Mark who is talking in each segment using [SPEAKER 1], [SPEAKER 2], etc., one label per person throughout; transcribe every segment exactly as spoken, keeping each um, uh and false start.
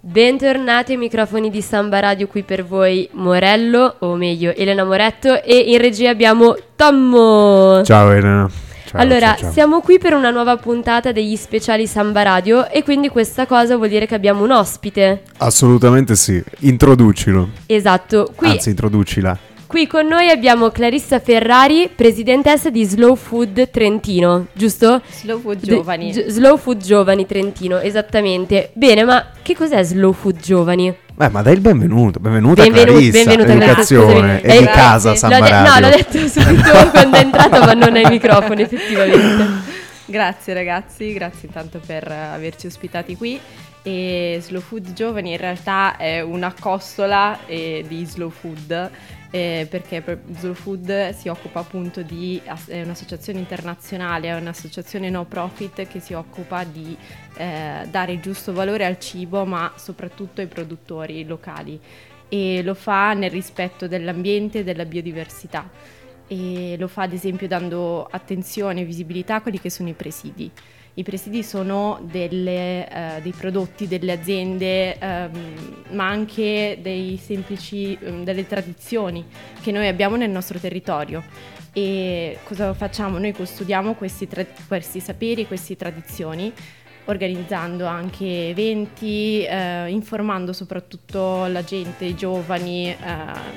[SPEAKER 1] Bentornati ai microfoni di Samba Radio, qui per voi Morello, o meglio Elena Moretto, e in regia abbiamo Tommo.
[SPEAKER 2] Ciao Elena. Ciao,
[SPEAKER 1] allora,
[SPEAKER 2] ciao, ciao.
[SPEAKER 1] siamo qui per una nuova puntata degli speciali Samba Radio e quindi questa cosa vuol dire che abbiamo un ospite.
[SPEAKER 2] Assolutamente sì, introducilo.
[SPEAKER 1] Esatto, qui,
[SPEAKER 2] Anzi, introducila.
[SPEAKER 1] qui con noi abbiamo Clarissa Ferrari, presidentessa di Slow Food Trentino, giusto?
[SPEAKER 3] Slow Food
[SPEAKER 1] De-
[SPEAKER 3] Giovani.
[SPEAKER 1] Gi- Slow Food Giovani Trentino, esattamente. Bene, ma che cos'è Slow Food Giovani?
[SPEAKER 2] Beh, ma dai il benvenuto, benvenuta
[SPEAKER 1] Benvenu-
[SPEAKER 2] Clarissa,
[SPEAKER 1] benvenuta,
[SPEAKER 2] educazione
[SPEAKER 1] Clarissa,
[SPEAKER 2] e di
[SPEAKER 1] scusami.
[SPEAKER 2] casa
[SPEAKER 1] L'ho
[SPEAKER 2] Samba
[SPEAKER 1] de-
[SPEAKER 2] Radio.
[SPEAKER 1] No, l'ho detto subito quando è entrato, ma non ai microfoni, effettivamente.
[SPEAKER 3] Grazie ragazzi, grazie intanto per averci ospitati qui. E Slow Food Giovani in realtà è una costola eh, di Slow Food, eh, perché per- Slow Food si occupa appunto di, è un'associazione internazionale, è un'associazione no profit che si occupa di eh, dare il giusto valore al cibo, ma soprattutto ai produttori locali, e lo fa nel rispetto dell'ambiente e della biodiversità. E lo fa ad esempio dando attenzione e visibilità a quelli che sono i presidi. I presidi sono delle, eh, dei prodotti delle aziende, ehm, ma anche dei semplici, ehm, delle tradizioni che noi abbiamo nel nostro territorio. E cosa facciamo? Noi custodiamo questi, tra- questi saperi, queste tradizioni, organizzando anche eventi, eh, informando soprattutto la gente, i giovani, eh,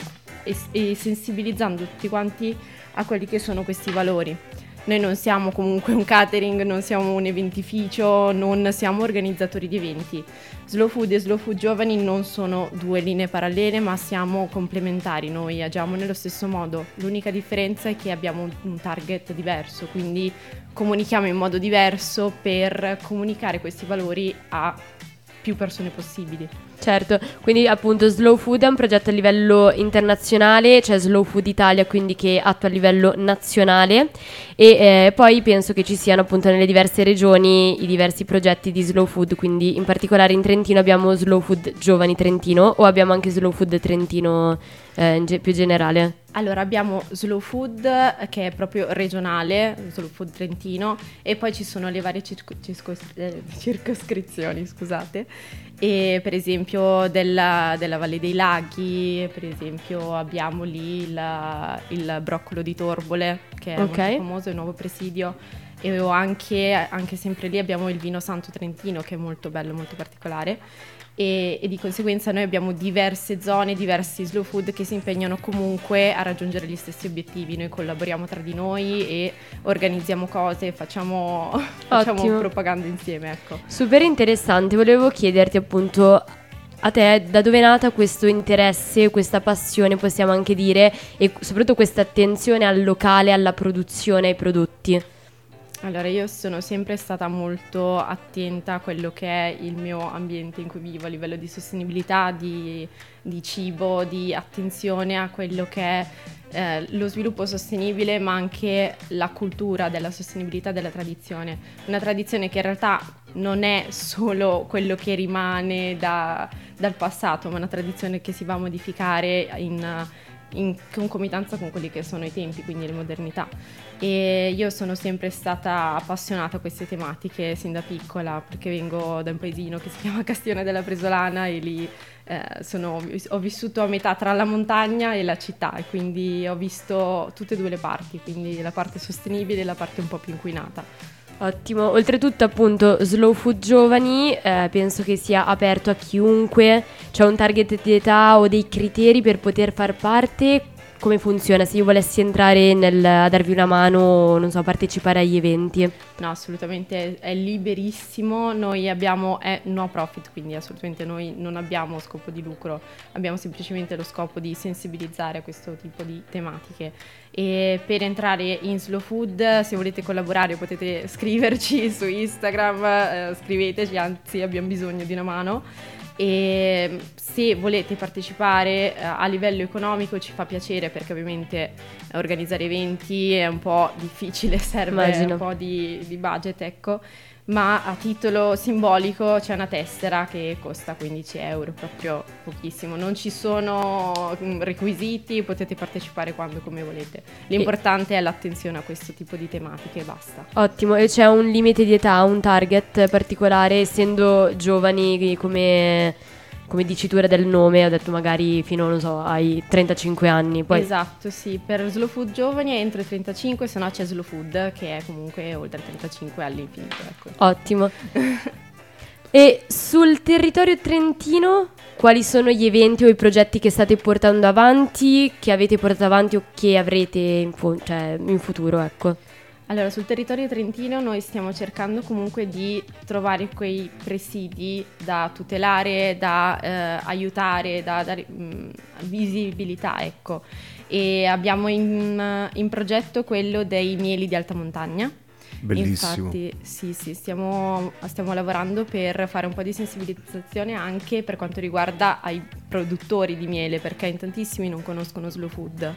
[SPEAKER 3] e, e sensibilizzando tutti quanti a quelli che sono questi valori. Noi non siamo comunque un catering, non siamo un eventificio, non siamo organizzatori di eventi. Slow Food e Slow Food Giovani non sono due linee parallele, ma siamo complementari, noi agiamo nello stesso modo. L'unica differenza è che abbiamo un target diverso, quindi comunichiamo in modo diverso per comunicare questi valori a più persone possibili.
[SPEAKER 1] Certo, quindi appunto Slow Food è un progetto a livello internazionale, c'è Slow Food Italia quindi che attua a livello nazionale e eh, poi penso che ci siano appunto nelle diverse regioni i diversi progetti di Slow Food, quindi in particolare in Trentino abbiamo Slow Food Giovani Trentino o abbiamo anche Slow Food Trentino eh, in ge- più generale?
[SPEAKER 3] Allora abbiamo Slow Food che è proprio regionale, Slow Food Trentino, e poi ci sono le varie circo- circo- eh, circoscrizioni, scusate, e per esempio della, della Valle dei Laghi, per esempio abbiamo lì il, il broccolo di Torbole che è
[SPEAKER 1] Okay.
[SPEAKER 3] molto famoso, è un nuovo presidio, e ho anche, anche sempre lì abbiamo il vino Santo Trentino che è molto bello, molto particolare. E, e di conseguenza noi abbiamo diverse zone, diversi slow food che si impegnano comunque a raggiungere gli stessi obiettivi. Noi collaboriamo tra di noi e organizziamo cose, facciamo, facciamo propaganda insieme, ecco.
[SPEAKER 1] Super interessante, volevo chiederti appunto a te da dove è nata questo interesse, questa passione possiamo anche dire, e soprattutto questa attenzione al locale, alla produzione, ai prodotti.
[SPEAKER 3] Allora, io sono sempre stata molto attenta a quello che è il mio ambiente in cui vivo, a livello di sostenibilità, di, di cibo, di attenzione a quello che è eh, lo sviluppo sostenibile, ma anche la cultura della sostenibilità della tradizione. Una tradizione che in realtà non è solo quello che rimane da, dal passato, ma una tradizione che si va a modificare in... in concomitanza con quelli che sono i tempi, quindi le modernità. E io sono sempre stata appassionata a queste tematiche sin da piccola, perché vengo da un paesino che si chiama Castione della Presolana e lì eh, sono, ho vissuto a metà tra la montagna e la città, e quindi ho visto tutte e due le parti, quindi la parte sostenibile e la parte un po' più inquinata.
[SPEAKER 1] Ottimo, oltretutto appunto Slow Food Giovani eh, penso che sia aperto a chiunque, c'è un target di età o dei criteri per poter far parte? Come funziona? Se io volessi entrare nel, a darvi una mano, non so, partecipare agli eventi?
[SPEAKER 3] No, assolutamente è liberissimo. Noi abbiamo, è no profit, quindi assolutamente noi non abbiamo scopo di lucro, abbiamo semplicemente lo scopo di sensibilizzare a questo tipo di tematiche. E per entrare in Slow Food, se volete collaborare potete scriverci su Instagram, eh, scriveteci, anzi abbiamo bisogno di una mano. E se volete partecipare eh, a livello economico ci fa piacere, perché ovviamente organizzare eventi è un po' difficile, serve
[SPEAKER 1] Immagino.
[SPEAKER 3] un po' di, di budget, ecco, ma a titolo simbolico c'è una tessera che costa quindici euro, proprio pochissimo, non ci sono mm, requisiti, potete partecipare quando e come volete, l'importante è l'attenzione a questo tipo di tematiche e basta.
[SPEAKER 1] Ottimo, e c'è un limite di età, un target particolare, essendo giovani come come dicitura del nome, ho detto magari fino, non so, ai trentacinque anni. Poi...
[SPEAKER 3] Esatto, sì, per Slow Food giovani è entro i trentacinque, se no c'è Slow Food che è comunque oltre i trentacinque all'infinito, ecco.
[SPEAKER 1] Ottimo. E sul territorio trentino quali sono gli eventi o i progetti che state portando avanti, che avete portato avanti o che avrete in, fu- cioè, in futuro, ecco?
[SPEAKER 3] Allora, sul territorio trentino noi stiamo cercando comunque di trovare quei presidi da tutelare, da eh, aiutare, da dare mh, visibilità, ecco. E abbiamo in, in progetto quello dei mieli di alta montagna.
[SPEAKER 2] Bellissimo.
[SPEAKER 3] Infatti, sì, sì, stiamo, stiamo lavorando per fare un po' di sensibilizzazione anche per quanto riguarda ai produttori di miele, perché in tantissimi non conoscono Slow Food.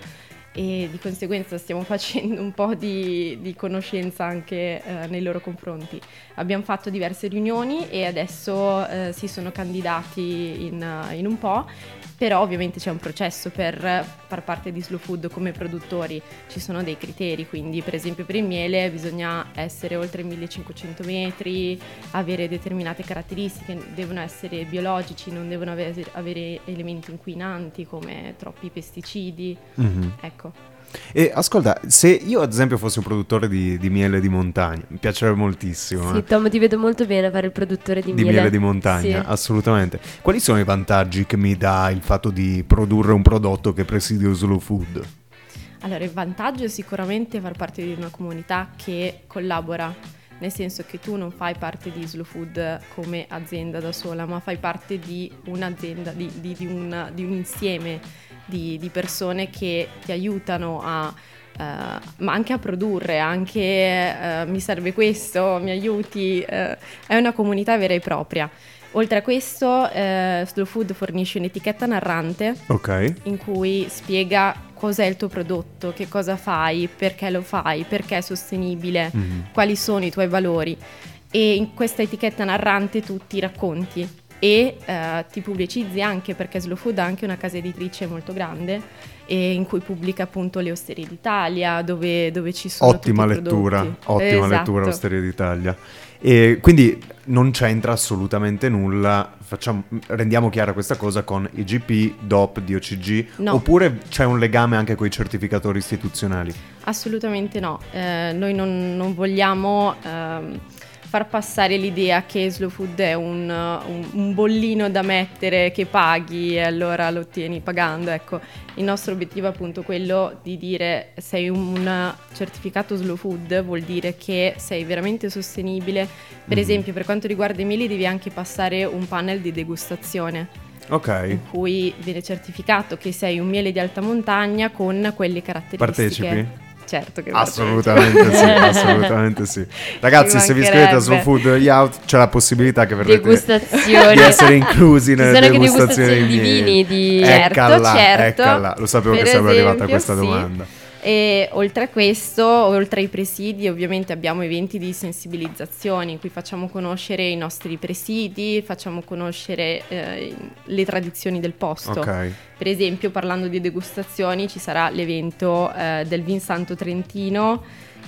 [SPEAKER 3] E di conseguenza stiamo facendo un po' di, di conoscenza anche eh, nei loro confronti. Abbiamo fatto diverse riunioni e adesso eh, si sono candidati in, in un po', però ovviamente c'è un processo per far parte di Slow Food come produttori, ci sono dei criteri, quindi per esempio per il miele bisogna essere oltre i millecinquecento metri, avere determinate caratteristiche, devono essere biologici, non devono avere, avere elementi inquinanti come troppi pesticidi,
[SPEAKER 2] Mm-hmm.
[SPEAKER 3] ecco.
[SPEAKER 2] E ascolta, se io ad esempio fossi un produttore di, di miele di montagna, mi piacerebbe moltissimo.
[SPEAKER 1] Sì,
[SPEAKER 2] eh.
[SPEAKER 1] Tom, ti vedo molto bene a fare il produttore di,
[SPEAKER 2] Di
[SPEAKER 1] miele.
[SPEAKER 2] miele di montagna,
[SPEAKER 1] Sì.
[SPEAKER 2] assolutamente. Quali sono i vantaggi che mi dà il fatto di produrre un prodotto che presidio Slow Food?
[SPEAKER 3] Allora, il vantaggio è sicuramente far parte di una comunità che collabora, nel senso che tu non fai parte di Slow Food come azienda da sola, ma fai parte di un'azienda, di, di, di, un, di un insieme di, di persone che ti aiutano a, uh, ma anche a produrre, anche uh, mi serve questo, mi aiuti, uh, è una comunità vera e propria. Oltre a questo, uh, Slow Food fornisce un'etichetta narrante,
[SPEAKER 2] Ok.
[SPEAKER 3] in cui spiega cos'è il tuo prodotto, che cosa fai, perché lo fai, perché è sostenibile,
[SPEAKER 2] Mm-hmm.
[SPEAKER 3] quali sono i tuoi valori, e in questa etichetta narrante tu ti racconti e eh, ti pubblicizzi anche, perché Slow Food ha anche una casa editrice molto grande e in cui pubblica appunto le Osterie d'Italia, dove, dove ci sono
[SPEAKER 2] Ottima
[SPEAKER 3] tutti i
[SPEAKER 2] lettura,
[SPEAKER 3] prodotti.
[SPEAKER 2] ottima
[SPEAKER 3] Esatto.
[SPEAKER 2] lettura Osteria d'Italia. E quindi non c'entra assolutamente nulla, facciamo, rendiamo chiara questa cosa con I G P, D O P, D O C G,
[SPEAKER 3] No.
[SPEAKER 2] oppure c'è un legame anche con i certificatori istituzionali?
[SPEAKER 3] Assolutamente no, eh, noi non, non vogliamo ehm, far passare l'idea che Slow Food è un, un, un bollino da mettere che paghi e allora lo ottieni pagando, ecco. Il nostro obiettivo è appunto quello di dire: sei un certificato Slow Food, vuol dire che sei veramente sostenibile. Per
[SPEAKER 2] Mhm.
[SPEAKER 3] esempio, per quanto riguarda i mieli devi anche passare un panel di degustazione
[SPEAKER 2] Ok,
[SPEAKER 3] in cui viene certificato che sei un miele di alta montagna con quelle caratteristiche.
[SPEAKER 2] partecipi?
[SPEAKER 3] Certo che
[SPEAKER 2] Assolutamente sì, assolutamente sì. Ragazzi,
[SPEAKER 3] Ci
[SPEAKER 2] se vi iscrivete a Slow
[SPEAKER 3] mancherebbe.
[SPEAKER 2] Food Youth c'è la possibilità che verrete
[SPEAKER 1] Degustazioni.
[SPEAKER 2] di essere inclusi
[SPEAKER 1] Ci
[SPEAKER 2] nelle
[SPEAKER 1] sono anche
[SPEAKER 2] degustazioni
[SPEAKER 1] degustazioni di
[SPEAKER 2] miei.
[SPEAKER 1] vini, di-
[SPEAKER 3] Certo,
[SPEAKER 2] Eccala,
[SPEAKER 3] certo.
[SPEAKER 2] eccala. Lo sapevo
[SPEAKER 3] Per
[SPEAKER 2] che sarebbe arrivata
[SPEAKER 3] esempio,
[SPEAKER 2] questa
[SPEAKER 3] sì.
[SPEAKER 2] domanda.
[SPEAKER 3] E oltre a questo, oltre ai presidi, ovviamente abbiamo eventi di sensibilizzazione in cui facciamo conoscere i nostri presidi, facciamo conoscere eh, le tradizioni del posto.
[SPEAKER 2] Ok.
[SPEAKER 3] Per esempio, parlando di degustazioni, ci sarà l'evento eh, del Vin Santo Trentino,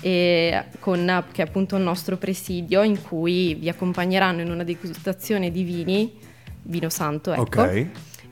[SPEAKER 3] e con, che è appunto il nostro presidio, in cui vi accompagneranno in una degustazione di vini, vino santo, ecco,
[SPEAKER 2] Ok.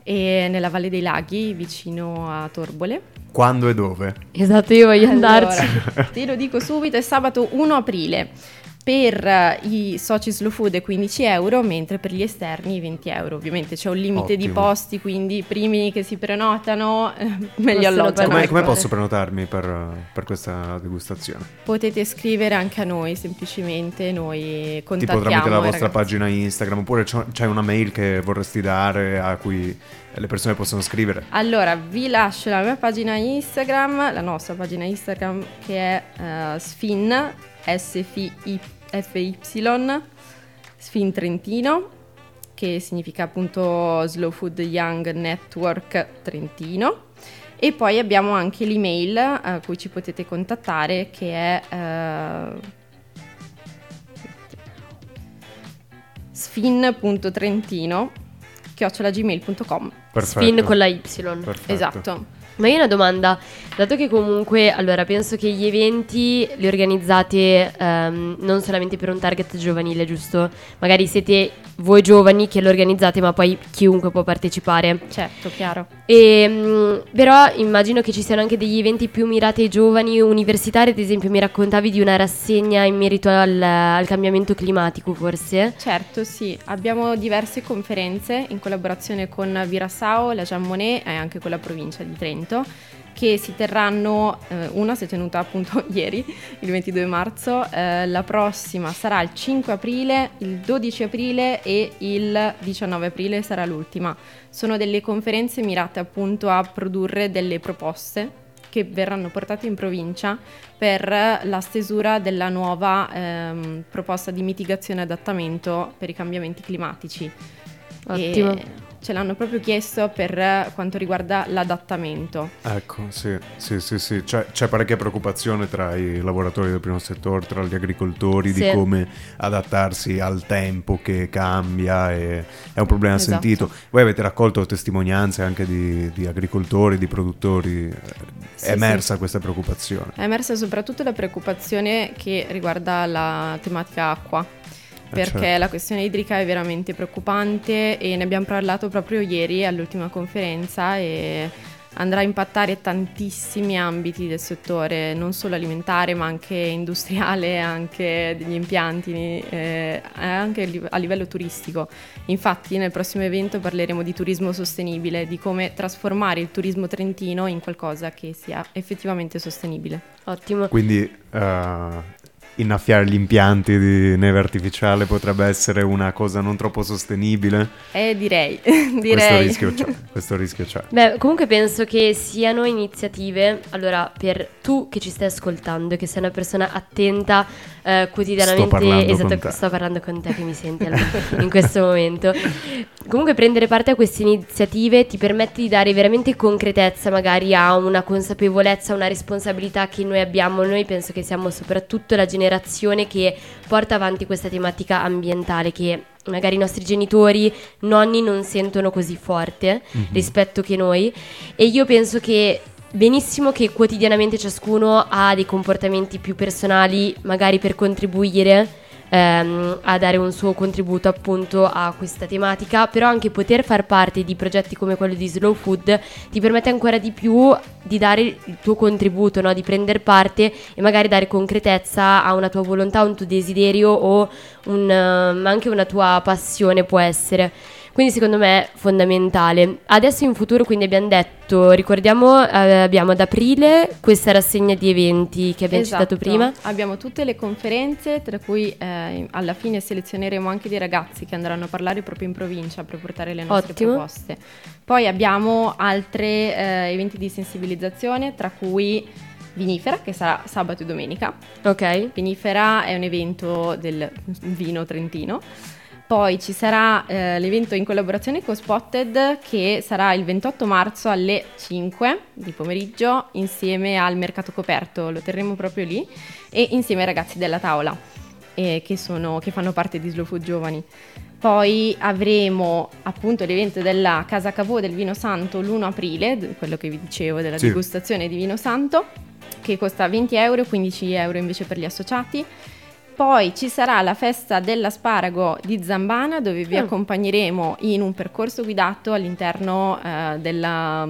[SPEAKER 3] e nella Valle dei Laghi, vicino a Torbole.
[SPEAKER 2] Quando e dove?
[SPEAKER 1] Esatto, io voglio andarci.
[SPEAKER 3] Allora, te lo dico subito, è sabato primo aprile. Per eh, i soci Slow Food è quindici euro, mentre per gli esterni venti euro. Ovviamente c'è un limite di
[SPEAKER 2] Ottimo.
[SPEAKER 3] posti, quindi i primi che si prenotano eh, meglio
[SPEAKER 1] Possono
[SPEAKER 3] alloggiano.
[SPEAKER 1] prenotare.
[SPEAKER 2] Come, come
[SPEAKER 3] ecco.
[SPEAKER 2] posso prenotarmi per, per questa degustazione?
[SPEAKER 3] Potete scrivere anche a noi, semplicemente noi
[SPEAKER 2] Tipo
[SPEAKER 3] contattiamo
[SPEAKER 2] tramite la
[SPEAKER 3] i
[SPEAKER 2] vostra
[SPEAKER 3] ragazzi.
[SPEAKER 2] pagina Instagram, oppure c'ho- c'è una mail che vorresti dare a cui le persone possono scrivere?
[SPEAKER 3] Allora, vi lascio la mia pagina Instagram, la nostra pagina Instagram, che è uh, Sfin, S F Y, Sfin Trentino, che significa appunto Slow Food Young Network Trentino. E poi abbiamo anche l'email a cui ci potete contattare, che è uh, sfin.trentino chiocciola gmail punto com.
[SPEAKER 2] Perfetto.
[SPEAKER 1] Spin con la Y.
[SPEAKER 2] Perfetto.
[SPEAKER 3] Esatto.
[SPEAKER 1] Ma io ho una domanda, dato che comunque, allora penso che gli eventi li organizzate ehm, non solamente per un target giovanile, giusto? Magari siete voi giovani che lo organizzate, ma poi chiunque può partecipare.
[SPEAKER 3] Certo, chiaro.
[SPEAKER 1] E, mh, però immagino che ci siano anche degli eventi più mirati ai giovani universitari, ad esempio mi raccontavi di una rassegna in merito al, al cambiamento climatico, forse?
[SPEAKER 3] Certo, sì, abbiamo diverse conferenze in collaborazione con Virasao, la Jean Monnet e anche con la provincia di Trento, che si terranno, eh, una si è tenuta appunto ieri, il ventidue marzo, eh, la prossima sarà il cinque aprile, il dodici aprile e il diciannove aprile sarà l'ultima. Sono delle conferenze mirate appunto a produrre delle proposte che verranno portate in provincia per la stesura della nuova ehm, proposta di mitigazione e adattamento per i cambiamenti climatici.
[SPEAKER 1] Ottimo.
[SPEAKER 3] E ce l'hanno proprio chiesto per quanto riguarda l'adattamento.
[SPEAKER 2] Ecco, sì, sì, sì, sì. C'è, c'è parecchia preoccupazione tra i lavoratori del primo settore, tra gli agricoltori,
[SPEAKER 1] Sì.
[SPEAKER 2] di come adattarsi al tempo che cambia, e è un problema
[SPEAKER 3] Esatto.
[SPEAKER 2] sentito. Voi avete raccolto testimonianze anche di, di agricoltori, di produttori,
[SPEAKER 3] Sì,
[SPEAKER 2] è emersa
[SPEAKER 3] sì.
[SPEAKER 2] questa preoccupazione?
[SPEAKER 3] È emersa soprattutto la preoccupazione che riguarda la tematica acqua, perché
[SPEAKER 2] certo.
[SPEAKER 3] la questione idrica è veramente preoccupante e ne abbiamo parlato proprio ieri all'ultima conferenza e andrà a impattare tantissimi ambiti del settore, non solo alimentare ma anche industriale, anche degli impianti, eh, anche a livello turistico. Infatti nel prossimo evento parleremo di turismo sostenibile, di come trasformare il turismo trentino in qualcosa che sia effettivamente sostenibile.
[SPEAKER 1] Ottimo.
[SPEAKER 2] Quindi uh, innaffiare gli impianti di neve artificiale potrebbe essere una cosa non troppo sostenibile?
[SPEAKER 3] Eh, direi,
[SPEAKER 2] Questo
[SPEAKER 3] direi.
[SPEAKER 2] rischio c'è, questo rischio c'è.
[SPEAKER 1] Beh, comunque penso che siano iniziative, allora, per tu che ci stai ascoltando, che sei una persona attenta eh, quotidianamente,
[SPEAKER 2] Sto parlando
[SPEAKER 1] esatto,
[SPEAKER 2] con te.
[SPEAKER 1] sto parlando con te che mi senti allora, in questo momento. Comunque prendere parte a queste iniziative ti permette di dare veramente concretezza magari a una consapevolezza, una responsabilità che noi abbiamo. Noi penso che siamo soprattutto la generazione che porta avanti questa tematica ambientale, che magari i nostri genitori, nonni non sentono così forte
[SPEAKER 2] Mhm.
[SPEAKER 1] rispetto che noi, e io penso che benissimo che quotidianamente ciascuno ha dei comportamenti più personali magari per contribuire ehm, a dare un suo contributo appunto a questa tematica, però anche poter far parte di progetti come quello di Slow Food ti permette ancora di più di dare il tuo contributo, no? Di prendere parte e magari dare concretezza a una tua volontà, un tuo desiderio o un, ehm, anche una tua passione può essere. Quindi secondo me è fondamentale. Adesso in futuro, quindi abbiamo detto, ricordiamo, eh, abbiamo ad aprile questa rassegna di eventi che abbiamo
[SPEAKER 3] Esatto.
[SPEAKER 1] citato prima.
[SPEAKER 3] Abbiamo tutte le conferenze, tra cui eh, alla fine selezioneremo anche dei ragazzi che andranno a parlare proprio in provincia per portare le nostre
[SPEAKER 1] Ottimo.
[SPEAKER 3] proposte. Poi abbiamo altri eh, eventi di sensibilizzazione, tra cui Vinifera, che sarà sabato e domenica.
[SPEAKER 1] Ok.
[SPEAKER 3] Vinifera è un evento del vino trentino. Poi ci sarà eh, l'evento in collaborazione con Spotted, che sarà il ventotto marzo alle cinque di pomeriggio insieme al mercato coperto, lo terremo proprio lì, e insieme ai ragazzi della tavola eh, che, sono, che fanno parte di Slow Food Giovani. Poi avremo appunto l'evento della Casa Cavò del Vino Santo l'primo aprile, quello che vi dicevo della
[SPEAKER 2] Sì.
[SPEAKER 3] degustazione di vino santo, che costa venti euro e quindici euro invece per gli associati. Poi ci sarà la festa dell'asparago di Zambana, dove vi
[SPEAKER 1] Mm.
[SPEAKER 3] accompagneremo in un percorso guidato all'interno eh, della,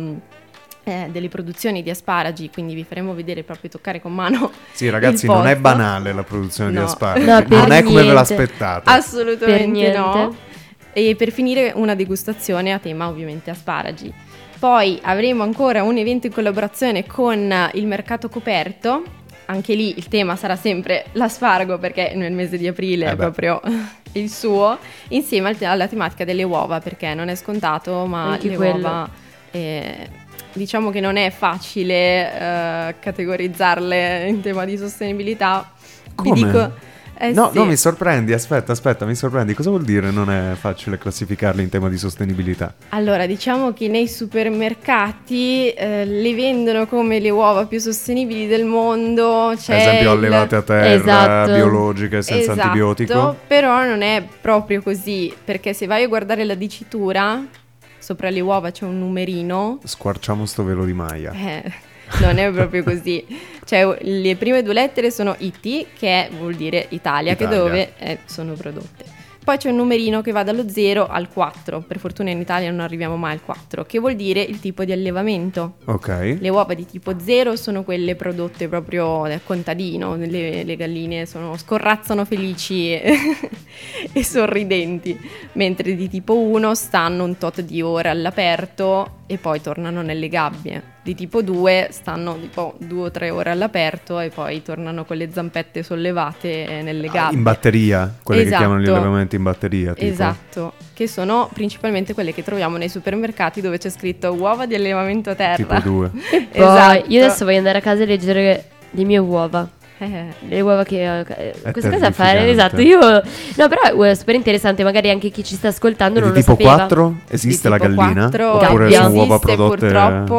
[SPEAKER 3] eh, delle produzioni di asparagi, quindi vi faremo vedere proprio toccare con mano.
[SPEAKER 2] Sì, ragazzi,
[SPEAKER 3] il
[SPEAKER 2] non è
[SPEAKER 3] posto.
[SPEAKER 2] banale la produzione di
[SPEAKER 3] No.
[SPEAKER 2] asparagi,
[SPEAKER 1] No, per
[SPEAKER 2] non è come ve
[SPEAKER 1] niente.
[SPEAKER 2] l'aspettate.
[SPEAKER 1] Per
[SPEAKER 3] Assolutamente
[SPEAKER 1] niente.
[SPEAKER 3] no. E per finire una degustazione a tema ovviamente asparagi. Poi avremo ancora un evento in collaborazione con il mercato coperto. Anche lì il tema sarà sempre l'asparago, perché nel mese di aprile
[SPEAKER 2] Eh
[SPEAKER 3] è
[SPEAKER 2] beh.
[SPEAKER 3] proprio il suo, insieme al te- alla tematica delle uova, perché non è scontato, ma
[SPEAKER 1] Anche
[SPEAKER 3] le
[SPEAKER 1] quello.
[SPEAKER 3] uova eh, diciamo che non è facile eh, categorizzarle in tema di sostenibilità. Vi
[SPEAKER 2] Come?
[SPEAKER 3] dico, eh
[SPEAKER 2] no,
[SPEAKER 3] sì.
[SPEAKER 2] no, mi sorprendi, aspetta, aspetta, mi sorprendi. Cosa vuol dire non è facile classificarli in tema di sostenibilità?
[SPEAKER 3] Allora, diciamo che nei supermercati eh, le vendono come le uova più sostenibili del mondo. C'è
[SPEAKER 2] Ad esempio
[SPEAKER 3] il-
[SPEAKER 2] allevate a terra,
[SPEAKER 1] Esatto.
[SPEAKER 2] biologiche, senza
[SPEAKER 3] Esatto,
[SPEAKER 2] antibiotico.
[SPEAKER 3] però non è proprio così, perché se vai a guardare la dicitura sopra le uova c'è un numerino.
[SPEAKER 2] Squarciamo sto velo di Maya.
[SPEAKER 3] Eh, non è proprio così. Cioè, le prime due lettere sono I T, che vuol dire Italia,
[SPEAKER 2] Italia.
[SPEAKER 3] che è dove eh, sono prodotte. Poi c'è un numerino che va dallo zero al quattro. Per fortuna in Italia non arriviamo mai al quattro, che vuol dire il tipo di allevamento.
[SPEAKER 2] Ok.
[SPEAKER 3] Le uova di tipo zero sono quelle prodotte proprio dal contadino, le, le galline sono, scorrazzano felici e, e sorridenti, mentre di tipo uno stanno un tot di ore all'aperto e poi tornano nelle gabbie. Di tipo due stanno tipo due o tre ore all'aperto e poi tornano con le zampette sollevate nelle gabbie.
[SPEAKER 2] Ah, in batteria, quelle
[SPEAKER 3] Esatto.
[SPEAKER 2] che chiamano gli allevamenti in batteria. Tipo.
[SPEAKER 3] Esatto, che sono principalmente quelle che troviamo nei supermercati dove c'è scritto uova di allevamento a terra.
[SPEAKER 2] Tipo due.
[SPEAKER 1] Poi
[SPEAKER 3] Esatto.
[SPEAKER 1] io adesso voglio andare a casa e leggere le mie uova.
[SPEAKER 3] Eh.
[SPEAKER 1] Le uova che eh,
[SPEAKER 2] È
[SPEAKER 1] questa cosa fare,
[SPEAKER 2] terrificante.
[SPEAKER 1] esatto. Io no, però è super interessante, magari anche chi ci sta ascoltando
[SPEAKER 2] E
[SPEAKER 1] non
[SPEAKER 2] di
[SPEAKER 1] lo
[SPEAKER 2] tipo
[SPEAKER 1] sapeva.
[SPEAKER 2] quattro? Esiste
[SPEAKER 3] Di
[SPEAKER 2] la
[SPEAKER 3] tipo
[SPEAKER 2] gallina?
[SPEAKER 3] quattro
[SPEAKER 2] Oppure
[SPEAKER 1] gabbia.
[SPEAKER 2] sono uova
[SPEAKER 3] esiste,
[SPEAKER 2] prodotte
[SPEAKER 3] purtroppo,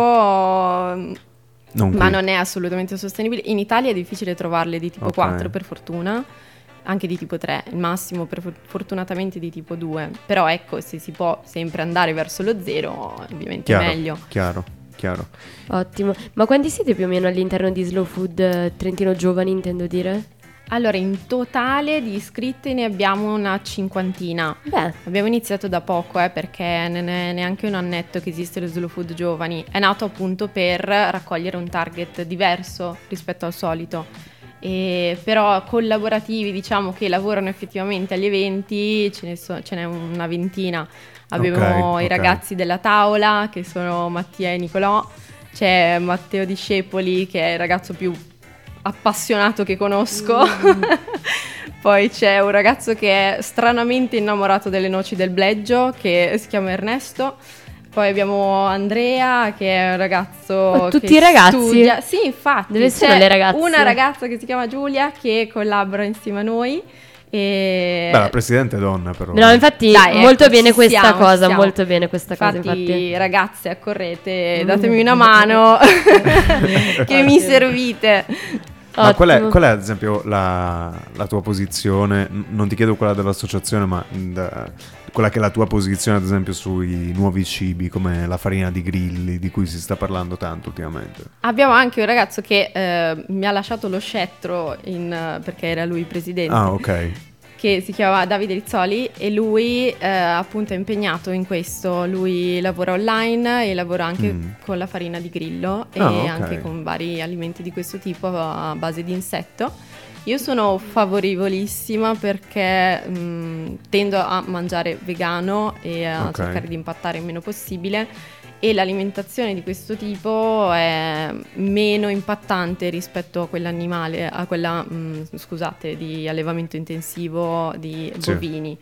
[SPEAKER 2] non qui?
[SPEAKER 3] ma non è assolutamente sostenibile. In Italia è difficile trovarle di tipo
[SPEAKER 2] Ok.
[SPEAKER 3] quattro, per fortuna, anche di tipo tre, il massimo per fortunatamente di tipo due. Però ecco, se si può sempre andare verso lo zero, ovviamente
[SPEAKER 2] Chiaro,
[SPEAKER 3] è meglio.
[SPEAKER 2] chiaro, chiaro.
[SPEAKER 1] Ottimo. Ma quanti siete più o meno all'interno di Slow Food eh, Trentino Giovani, intendo dire?
[SPEAKER 3] Allora, in totale di iscritti ne abbiamo una cinquantina.
[SPEAKER 1] Beh,
[SPEAKER 3] Abbiamo iniziato da poco, eh, perché non è neanche un annetto che esiste lo Slow Food Giovani. È nato appunto per raccogliere un target diverso rispetto al solito. E però collaborativi, diciamo, che lavorano effettivamente agli eventi, ce ne, so- ce n'è una ventina. Abbiamo
[SPEAKER 2] Ok,
[SPEAKER 3] i
[SPEAKER 2] ok.
[SPEAKER 3] ragazzi della tavola, che sono Mattia e Nicolò. C'è Matteo Discepoli, che è il ragazzo più appassionato che conosco. Poi c'è un ragazzo che è stranamente innamorato delle noci del Bleggio, che si chiama Ernesto. Poi abbiamo Andrea, che è un ragazzo
[SPEAKER 1] Oh, tutti
[SPEAKER 3] che
[SPEAKER 1] i ragazzi?
[SPEAKER 3] studia. Sì, infatti.
[SPEAKER 1] Dove sono
[SPEAKER 3] c'è
[SPEAKER 1] le ragazze?
[SPEAKER 3] una ragazza che si chiama Giulia, che collabora insieme a noi. E...
[SPEAKER 2] Beh, la presidente è donna però.
[SPEAKER 1] no, infatti
[SPEAKER 3] Dai,
[SPEAKER 1] molto
[SPEAKER 3] ecco,
[SPEAKER 1] bene
[SPEAKER 3] ci
[SPEAKER 1] questa
[SPEAKER 3] siamo, ci
[SPEAKER 1] cosa,
[SPEAKER 3] siamo.
[SPEAKER 1] molto bene questa cosa, infatti.
[SPEAKER 3] Ragazze, accorrete,
[SPEAKER 1] Mm.
[SPEAKER 3] datemi una mano, che mi servite.
[SPEAKER 2] Ma qual è,
[SPEAKER 1] Ottimo.
[SPEAKER 2] qual è ad esempio la, la tua posizione? N- Non ti chiedo quella dell'associazione, ma da- quella che è la tua posizione ad esempio sui nuovi cibi come la farina di grilli di cui si sta parlando tanto ultimamente.
[SPEAKER 3] Abbiamo anche un ragazzo che eh, mi ha lasciato lo scettro in, eh, perché era lui il presidente.
[SPEAKER 2] Ah, ok.
[SPEAKER 3] Che si chiama Davide Rizzoli e lui eh, appunto è impegnato in questo. Lui lavora online e lavora anche
[SPEAKER 2] Mm.
[SPEAKER 3] con la farina di grillo e
[SPEAKER 2] Ah, ok.
[SPEAKER 3] anche con vari alimenti di questo tipo a base di insetto. Io sono favorevolissima perché mh, tendo a mangiare vegano e a
[SPEAKER 2] Ok.
[SPEAKER 3] cercare di impattare il meno possibile, e l'alimentazione di questo tipo è meno impattante rispetto a quella animale, a quella, mh, scusate, di allevamento intensivo di
[SPEAKER 2] Sì.
[SPEAKER 3] bovini.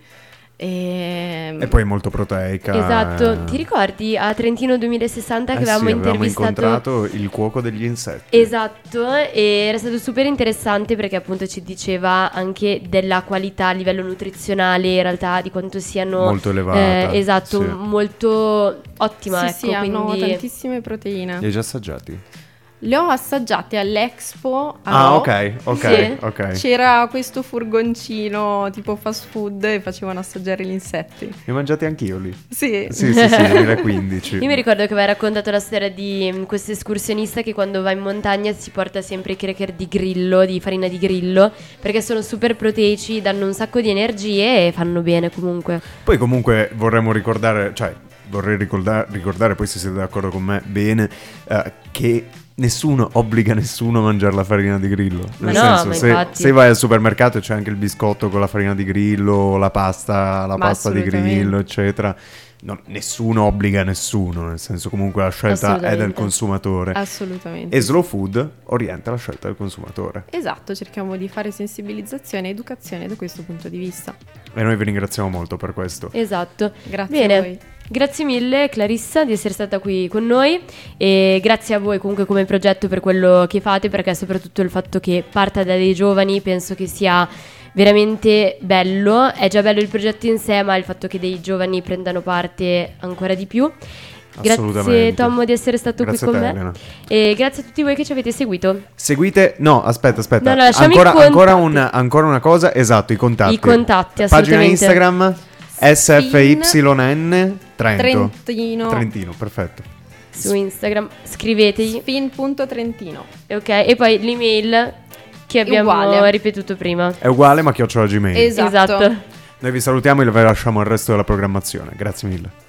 [SPEAKER 3] E,
[SPEAKER 2] E poi è molto proteica.
[SPEAKER 1] Esatto,
[SPEAKER 2] eh.
[SPEAKER 1] ti ricordi a Trentino duemilasessanta che
[SPEAKER 2] Eh
[SPEAKER 1] avevamo
[SPEAKER 2] sì, avevamo
[SPEAKER 1] intervistato?
[SPEAKER 2] incontrato il cuoco degli insetti.
[SPEAKER 1] Esatto, e era stato super interessante perché appunto ci diceva anche della qualità a livello nutrizionale, in realtà di quanto siano
[SPEAKER 2] Molto elevata,
[SPEAKER 1] eh, esatto,
[SPEAKER 2] sì.
[SPEAKER 1] molto ottima,
[SPEAKER 3] sì,
[SPEAKER 1] ecco,
[SPEAKER 3] sì, hanno
[SPEAKER 1] quindi
[SPEAKER 3] tantissime proteine.
[SPEAKER 2] Li hai già assaggiati?
[SPEAKER 3] Le ho assaggiate all'Expo a
[SPEAKER 2] Ah,
[SPEAKER 3] Rho.
[SPEAKER 2] ok, ok,
[SPEAKER 1] Sì.
[SPEAKER 2] ok.
[SPEAKER 3] C'era questo furgoncino tipo fast food e facevano assaggiare gli insetti.
[SPEAKER 2] Li ho mangiati anch'io lì.
[SPEAKER 3] Sì.
[SPEAKER 2] Sì, sì, sì, duemilaquindici.
[SPEAKER 1] io mi ricordo che aveva raccontato la storia di mm, questo escursionista che quando va in montagna si porta sempre i cracker di grillo, di farina di grillo, perché sono super proteici, danno un sacco di energie e fanno bene comunque.
[SPEAKER 2] Poi comunque vorremmo ricordare, cioè vorrei ricorda- ricordare, poi se siete d'accordo con me, bene, eh, che nessuno obbliga nessuno a mangiare la farina di grillo.
[SPEAKER 1] Ma
[SPEAKER 2] Nel
[SPEAKER 1] no,
[SPEAKER 2] senso,
[SPEAKER 1] ma
[SPEAKER 2] se,
[SPEAKER 1] infatti.
[SPEAKER 2] se vai al supermercato e c'è anche il biscotto con la farina di grillo, la pasta, la
[SPEAKER 3] Ma
[SPEAKER 2] pasta di
[SPEAKER 3] assolutamente.
[SPEAKER 2] grillo, eccetera. No, nessuno obbliga nessuno, nel senso comunque la scelta è del
[SPEAKER 1] Assolutamente.
[SPEAKER 3] Eh.
[SPEAKER 2] consumatore.
[SPEAKER 3] Assolutamente.
[SPEAKER 2] E Slow Food orienta la scelta del consumatore.
[SPEAKER 3] Esatto, cerchiamo di fare sensibilizzazione e educazione da questo punto di vista.
[SPEAKER 2] E noi vi ringraziamo molto per questo.
[SPEAKER 1] Esatto.
[SPEAKER 3] Grazie
[SPEAKER 1] Bene.
[SPEAKER 3] a voi.
[SPEAKER 1] Grazie mille Clarissa di essere stata qui con noi e grazie a voi comunque come progetto per quello che fate, perché soprattutto il fatto che parta da dei giovani penso che sia veramente bello. È già bello il progetto in sé, ma il fatto che dei giovani prendano parte ancora di più. Grazie
[SPEAKER 2] Assolutamente.
[SPEAKER 1] Tommo di essere stato
[SPEAKER 2] Grazie
[SPEAKER 1] qui
[SPEAKER 2] a
[SPEAKER 1] con
[SPEAKER 2] te,
[SPEAKER 1] me
[SPEAKER 2] Elena.
[SPEAKER 1] e grazie a tutti voi che ci avete seguito.
[SPEAKER 2] Seguite, no, aspetta, aspetta.
[SPEAKER 1] No, no, lasciami
[SPEAKER 2] ancora,
[SPEAKER 1] i contatti.
[SPEAKER 2] ancora, un- ancora una cosa, esatto, i contatti.
[SPEAKER 1] I contatti,
[SPEAKER 2] Pagina
[SPEAKER 1] assolutamente.
[SPEAKER 2] Instagram S F Y N Trento.
[SPEAKER 3] Trentino.
[SPEAKER 2] Trentino, perfetto.
[SPEAKER 1] Su Instagram, scrivetegli.
[SPEAKER 3] Sfin punto trentino.
[SPEAKER 1] Ok, e poi l'email che abbiamo
[SPEAKER 3] Uguale.
[SPEAKER 1] ripetuto prima.
[SPEAKER 2] È uguale ma chiocciola Gmail.
[SPEAKER 3] Esatto.
[SPEAKER 1] Esatto.
[SPEAKER 2] Noi vi salutiamo e vi lasciamo il resto della programmazione. Grazie mille.